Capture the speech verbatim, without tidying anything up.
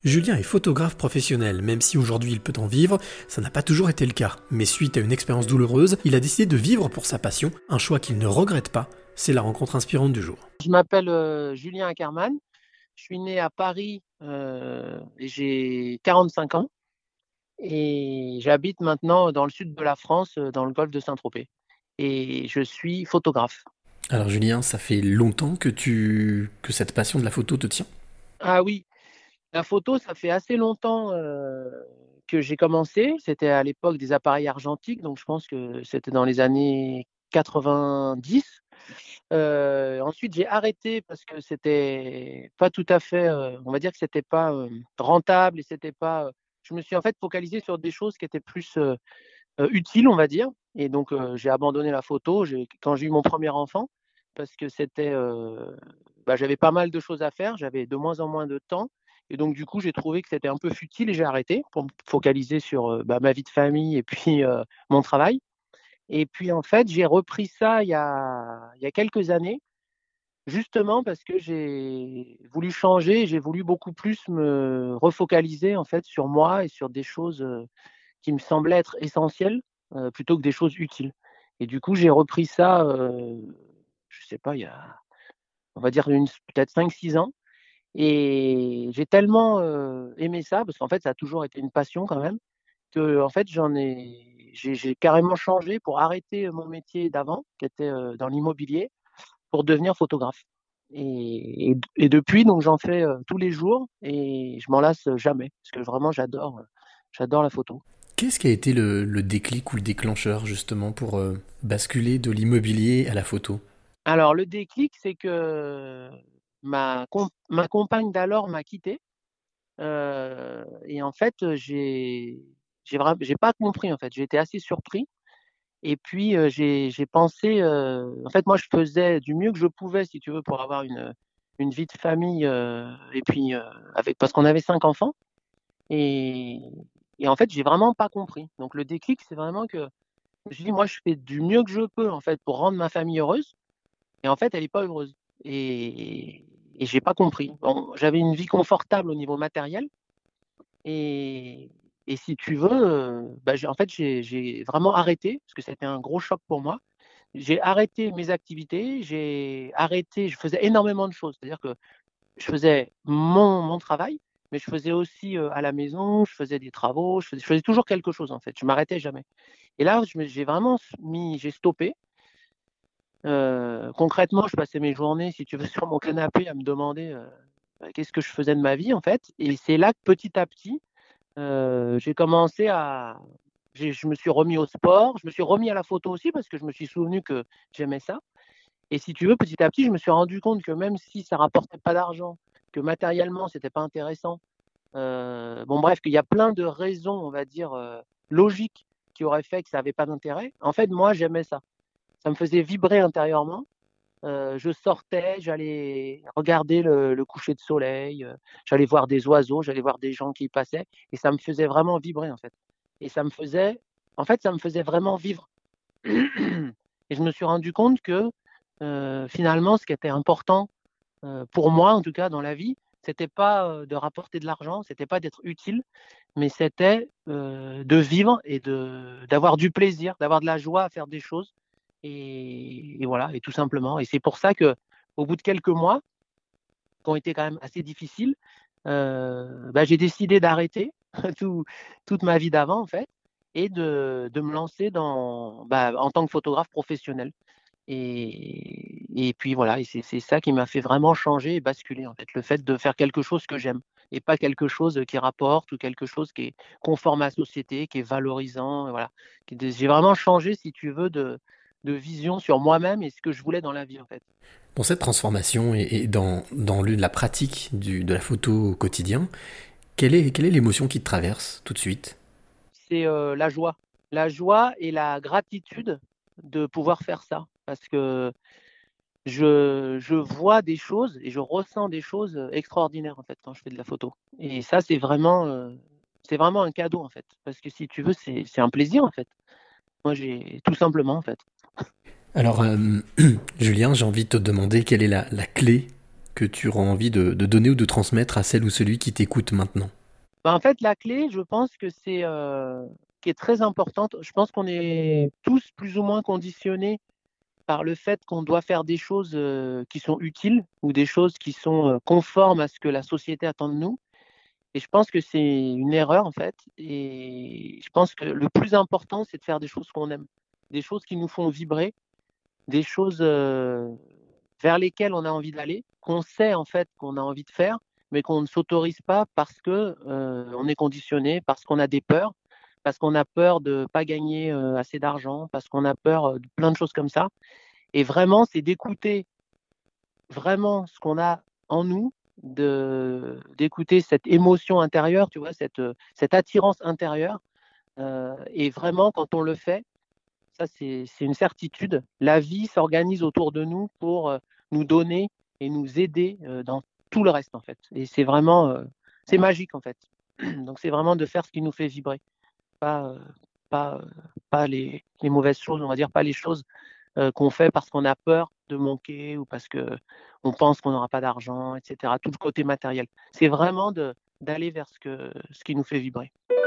Julien est photographe professionnel, même si aujourd'hui il peut en vivre, ça n'a pas toujours été le cas. Mais suite à une expérience douloureuse, il a décidé de vivre pour sa passion, un choix qu'il ne regrette pas. C'est la rencontre inspirante du jour. Je m'appelle euh, Julien Ackermann. Je suis né à Paris euh, et j'ai quarante-cinq ans et j'habite maintenant dans le sud de la France, euh, dans le golfe de Saint-Tropez. Et je suis photographe. Alors Julien, ça fait longtemps que tu que cette passion de la photo te tient. Ah oui, la photo, ça fait assez longtemps euh, que j'ai commencé. C'était à l'époque des appareils argentiques, donc je pense que c'était dans les années quatre-vingt-dix. Euh, ensuite, j'ai arrêté parce que c'était pas tout à fait, euh, on va dire que c'était pas euh, rentable et c'était pas. euh, je me suis en fait focalisé sur des choses qui étaient plus euh, euh, utiles, on va dire. Et donc, euh, j'ai abandonné la photo j'ai, quand j'ai eu mon premier enfant parce que c'était, euh, bah, j'avais pas mal de choses à faire, j'avais de moins en moins de temps. Et donc, du coup, j'ai trouvé que c'était un peu futile et j'ai arrêté pour me focaliser sur euh, bah, ma vie de famille et puis euh, mon travail. Et puis, en fait, j'ai repris ça il y a, il y a quelques années justement parce que j'ai voulu changer, j'ai voulu beaucoup plus me refocaliser en fait sur moi et sur des choses euh, qui me semblaient être essentielles euh, plutôt que des choses utiles. Et du coup, j'ai repris ça, euh, je sais pas, il y a, on va dire une, peut-être cinq six ans. Et j'ai tellement euh, aimé ça, parce qu'en fait, ça a toujours été une passion quand même, que en fait, j'en ai, j'ai, j'ai carrément changé pour arrêter mon métier d'avant, qui était euh, dans l'immobilier, pour devenir photographe. Et, et, et depuis, donc j'en fais euh, tous les jours et je m'en lasse jamais parce que vraiment j'adore, euh, j'adore la photo. Qu'est-ce qui a été le, le déclic ou le déclencheur justement pour euh, basculer de l'immobilier à la photo? Alors le déclic, c'est que ma, com- ma compagne d'alors m'a quitté euh, et en fait j'ai j'ai vraiment j'ai pas compris en fait. J'ai été assez surpris et puis euh, j'ai j'ai pensé euh, en fait moi je faisais du mieux que je pouvais si tu veux pour avoir une une vie de famille euh, et puis euh, avec parce qu'on avait cinq enfants. Et, et en fait, j'ai vraiment pas compris. Donc le déclic, c'est vraiment que je me suis dit, moi, je fais du mieux que je peux en fait pour rendre ma famille heureuse. Et en fait, elle n'est pas heureuse. Et, et j'ai pas compris. Bon, j'avais une vie confortable au niveau matériel. Et, et si tu veux, euh, bah, j'ai- en fait, j'ai j'ai vraiment arrêté parce que c'était un gros choc pour moi. J'ai arrêté mes activités. J'ai arrêté. Je faisais énormément de choses. C'est-à-dire que je faisais mon, mon travail, mais je faisais aussi euh, à la maison, je faisais des travaux, je faisais, je faisais toujours quelque chose en fait, je m'arrêtais jamais. Et là, je me- j'ai vraiment mis, j'ai stoppé. Euh, concrètement, je passais mes journées, si tu veux, sur mon canapé à me demander euh, bah, qu'est-ce que je faisais de ma vie en fait. Et c'est là que petit à petit, euh, j'ai commencé à, j'ai- je me suis remis au sport, je me suis remis à la photo aussi parce que je me suis souvenu que j'aimais ça. Et si tu veux, petit à petit, je me suis rendu compte que même si ça rapportait pas d'argent, que matériellement, c'était pas intéressant, euh, bon, bref, qu'il y a plein de raisons, on va dire, euh, logiques qui auraient fait que ça n'avait pas d'intérêt. En fait, moi, j'aimais ça. Ça me faisait vibrer intérieurement. Euh, je sortais, j'allais regarder le, le coucher de soleil, euh, j'allais voir des oiseaux, j'allais voir des gens qui passaient, et ça me faisait vraiment vibrer, en fait. Et ça me faisait, en fait, ça me faisait vraiment vivre. Et je me suis rendu compte que euh, finalement, ce qui était important euh, pour moi, en tout cas, dans la vie, c'était pas euh, de rapporter de l'argent, c'était pas d'être utile, mais c'était euh, de vivre et de d'avoir du plaisir, d'avoir de la joie à faire des choses. Et, et voilà, et tout simplement. Et c'est pour ça que, au bout de quelques mois, qui ont été quand même assez difficiles, euh, bah, j'ai décidé d'arrêter tout, toute ma vie d'avant, en fait, et de, de me lancer dans, bah, en tant que photographe professionnel. Et, et puis voilà, et c'est c'est ça qui m'a fait vraiment changer et basculer, en fait, le fait de faire quelque chose que j'aime et pas quelque chose qui rapporte ou quelque chose qui est conforme à la société, qui est valorisant. Voilà. J'ai vraiment changé, si tu veux, de, de vision sur moi-même et ce que je voulais dans la vie, en fait. Dans cette transformation et, et dans, dans le- la pratique du- de la photo au quotidien, quelle est, quelle est l'émotion qui te traverse tout de suite? C'est euh, la joie. La joie et la gratitude de pouvoir faire ça. Parce que je, je vois des choses et je ressens des choses euh, extraordinaires en fait quand je fais de la photo. Et ça, c'est vraiment, euh, c'est vraiment un cadeau en fait. Parce que si tu veux, c'est, c'est un plaisir en fait. Moi, j'ai tout simplement en fait. Alors, euh, Julien, j'ai envie de te demander quelle est la, la clé que tu auras envie de, de donner ou de transmettre à celle ou celui qui t'écoute maintenant? Bah, en fait, la clé, je pense que c'est euh, qui est très importante. Je pense qu'on est tous plus ou moins conditionnés par le fait qu'on doit faire des choses euh, qui sont utiles ou des choses qui sont euh, conformes à ce que la société attend de nous. Et je pense que c'est une erreur, en fait. Et je pense que le plus important, c'est de faire des choses qu'on aime, des choses qui nous font vibrer, des choses euh, vers lesquelles on a envie d'aller, qu'on sait en fait qu'on a envie de faire, mais qu'on ne s'autorise pas parce que euh, on est conditionné, parce qu'on a des peurs, parce qu'on a peur de ne pas gagner euh, assez d'argent, parce qu'on a peur euh, de plein de choses comme ça. Et vraiment, c'est d'écouter vraiment ce qu'on a en nous, de d'écouter cette émotion intérieure, tu vois, cette, cette attirance intérieure. Euh, et vraiment, quand on le fait, ça c'est c'est une certitude. La vie s'organise autour de nous pour euh, nous donner et nous aider euh, dans tout le reste en fait. Et c'est vraiment, euh, c'est magique en fait. Donc c'est vraiment de faire ce qui nous fait vibrer, pas, euh, pas, euh, pas les, les mauvaises choses, on va dire, pas les choses euh, qu'on fait parce qu'on a peur de manquer ou parce que on pense qu'on n'aura pas d'argent, et cetera. Tout le côté matériel. C'est vraiment de d'aller vers ce que ce qui nous fait vibrer.